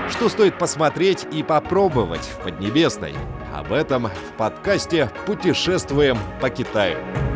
Что стоит посмотреть и попробовать в Поднебесной? Об этом в подкасте «Путешествуем по Китаю».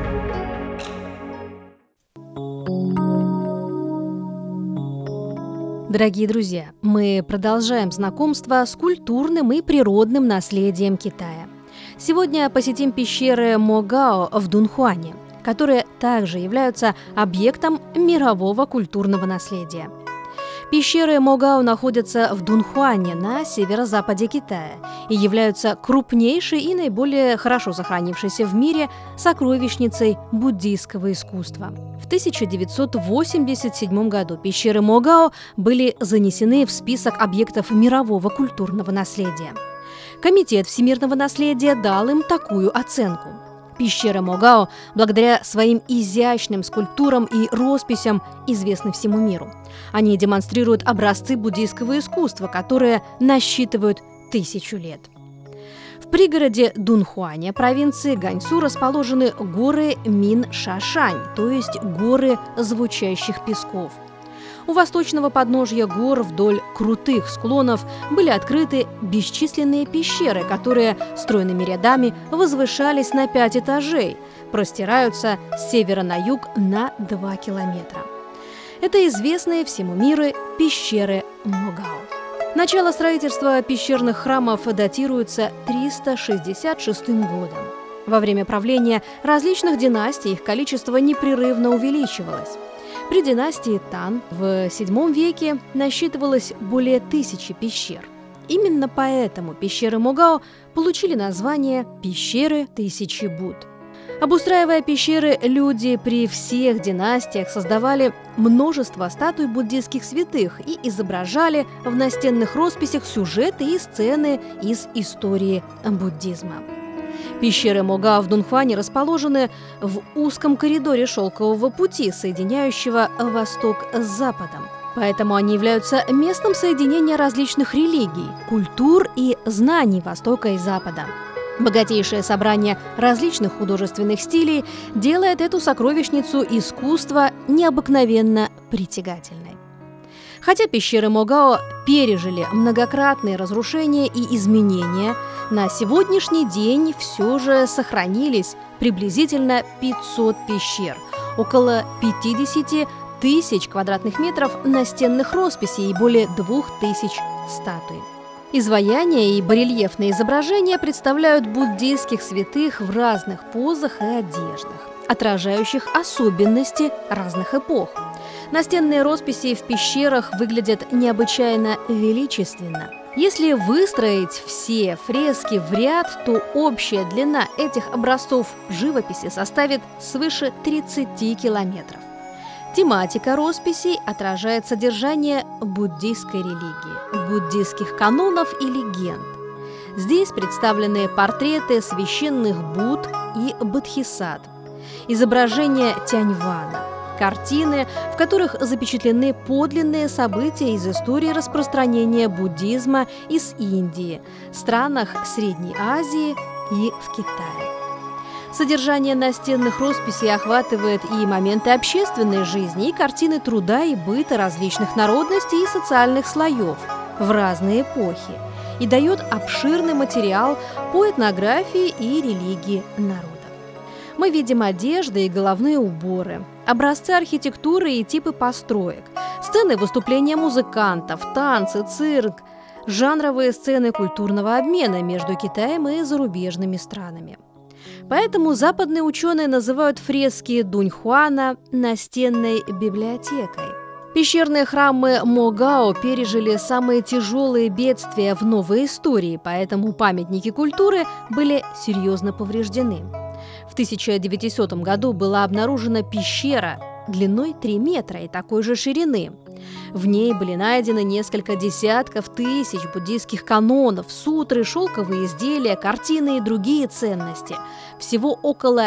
Дорогие друзья, мы продолжаем знакомство с культурным и природным наследием Китая. Сегодня посетим пещеры Могао в Дунхуане, которые также являются объектом мирового культурного наследия. Пещеры Могао находятся в Дунхуане на северо-западе Китая и являются крупнейшей и наиболее хорошо сохранившейся в мире сокровищницей буддийского искусства. В 1987 году пещеры Могао были занесены в список объектов мирового культурного наследия. Комитет всемирного наследия дал им такую оценку. Пещеры Могао, благодаря своим изящным скульптурам и росписям, известны всему миру. Они демонстрируют образцы буддийского искусства, которые насчитывают 1000 лет. В пригороде Дунхуане провинции Ганьсу расположены горы Мин-Шашань, то есть горы звучащих песков. У восточного подножья гор вдоль крутых склонов были открыты бесчисленные пещеры, которые стройными рядами возвышались на 5 этажей, простираются с севера на юг на 2 километра. Это известные всему миру пещеры Могао. Начало строительства пещерных храмов датируется 366 годом. Во время правления различных династий их количество непрерывно увеличивалось. При династии Тан в VII веке насчитывалось более 1000 пещер. Именно поэтому пещеры Могао получили название «Пещеры тысячи Будд». Обустраивая пещеры, люди при всех династиях создавали множество статуй буддийских святых и изображали в настенных росписях сюжеты и сцены из истории буддизма. Пещеры Могао в Дунхуане расположены в узком коридоре шелкового пути, соединяющего восток с западом. Поэтому они являются местом соединения различных религий, культур и знаний Востока и Запада. Богатейшее собрание различных художественных стилей делает эту сокровищницу искусства необыкновенно притягательной. Хотя пещеры Могао пережили многократные разрушения и изменения, на сегодняшний день все же сохранились приблизительно 500 пещер, около 50 тысяч квадратных метров настенных росписей и более 2000 статуй. Изваяния и барельефные изображения представляют буддийских святых в разных позах и одеждах, отражающих особенности разных эпох. Настенные росписи в пещерах выглядят необычайно величественно. Если выстроить все фрески в ряд, то общая длина этих образцов живописи составит свыше 30 километров. Тематика росписей отражает содержание буддийской религии, буддийских канонов и легенд. Здесь представлены портреты священных Будд и Бодхисаттв, изображения Тяньвана, картины, в которых запечатлены подлинные события из истории распространения буддизма из Индии, странах Средней Азии и в Китае. Содержание настенных росписей охватывает и моменты общественной жизни, и картины труда и быта различных народностей и социальных слоев в разные эпохи, и дает обширный материал по этнографии и религии народов. Мы видим одежды и головные уборы, образцы архитектуры и типы построек, сцены выступления музыкантов, танцы, цирк, жанровые сцены культурного обмена между Китаем и зарубежными странами. Поэтому западные ученые называют фрески Дунхуана настенной библиотекой. Пещерные храмы Могао пережили самые тяжелые бедствия в новой истории, поэтому памятники культуры были серьезно повреждены. В 1900 году была обнаружена пещера длиной 3 метра и такой же ширины. В ней были найдены несколько десятков тысяч буддийских канонов, сутры, шелковые изделия, картины и другие ценности. Всего около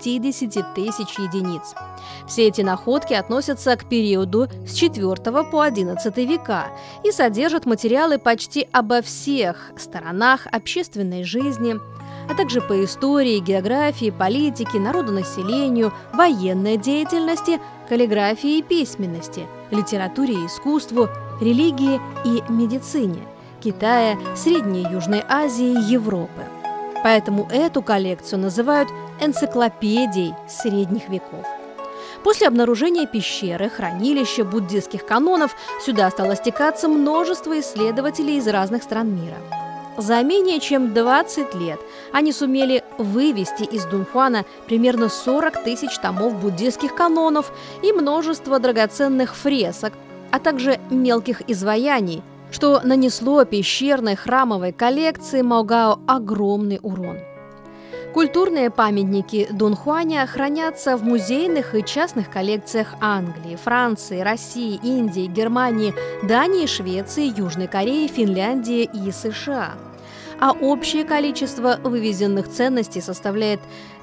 50 тысяч единиц. Все эти находки относятся к периоду с IV по XI века и содержат материалы почти обо всех сторонах общественной жизни, а также по истории, географии, политике, народонаселению, военной деятельности, каллиграфии и письменности, литературе и искусству, религии и медицине Китая, Средней и Южной Азии, Европы. Поэтому эту коллекцию называют энциклопедией средних веков. После обнаружения пещеры, хранилища буддистских канонов, сюда стало стекаться множество исследователей из разных стран мира. За менее чем 20 лет они сумели вывести из Дунхуана примерно 40 тысяч томов буддистских канонов и множество драгоценных фресок, а также мелких изваяний, что нанесло пещерной храмовой коллекции Могао огромный урон. Культурные памятники Дунхуаня хранятся в музейных и частных коллекциях Англии, Франции, России, Индии, Германии, Дании, Швеции, Южной Кореи, Финляндии и США. А общее количество вывезенных ценностей составляет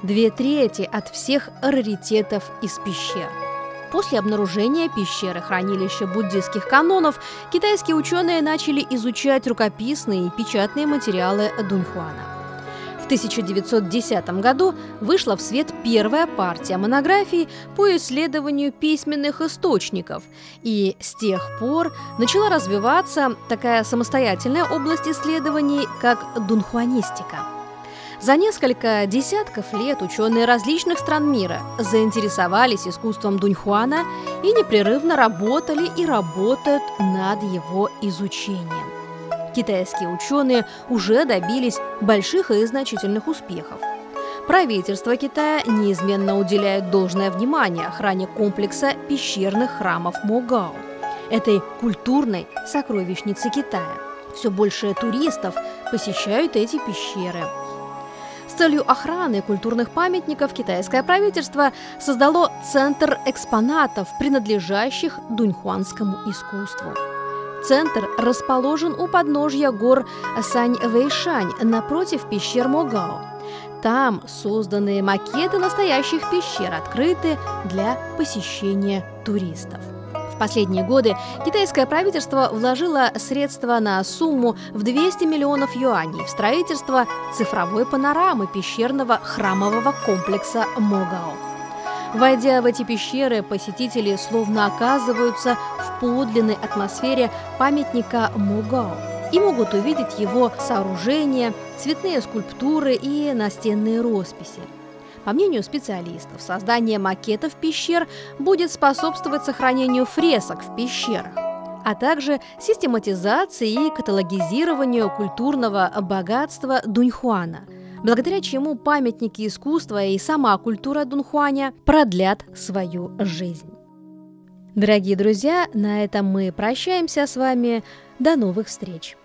2/3 от всех раритетов из пещер. После обнаружения пещеры хранилища буддистских канонов китайские ученые начали изучать рукописные и печатные материалы Дунхуана. В 1910 году вышла в свет первая партия монографий по исследованию письменных источников, и с тех пор начала развиваться такая самостоятельная область исследований, как дунхуанистика. За несколько десятков лет ученые различных стран мира заинтересовались искусством Дунхуана и непрерывно работали и работают над его изучением. Китайские ученые уже добились больших и значительных успехов. Правительство Китая неизменно уделяет должное внимание охране комплекса пещерных храмов Могао, этой культурной сокровищницы Китая. Все больше туристов посещают эти пещеры. С целью охраны культурных памятников китайское правительство создало Центр экспонатов, принадлежащих дуньхуанскому искусству. Центр расположен у подножья гор Сань-Вэйшань, напротив пещер Могао. Там созданные макеты настоящих пещер открыты для посещения туристов. В последние годы китайское правительство вложило средства на сумму в 200 миллионов юаней в строительство цифровой панорамы пещерного храмового комплекса Могао. Войдя в эти пещеры, посетители словно оказываются в подлинной атмосфере памятника Могао и могут увидеть его сооружения, цветные скульптуры и настенные росписи. По мнению специалистов, создание макетов пещер будет способствовать сохранению фресок в пещерах, а также систематизации и каталогизированию культурного богатства Дуньхуана, благодаря чему памятники искусства и сама культура Дунхуаня продлят свою жизнь. Дорогие друзья, на этом мы прощаемся с вами. До новых встреч!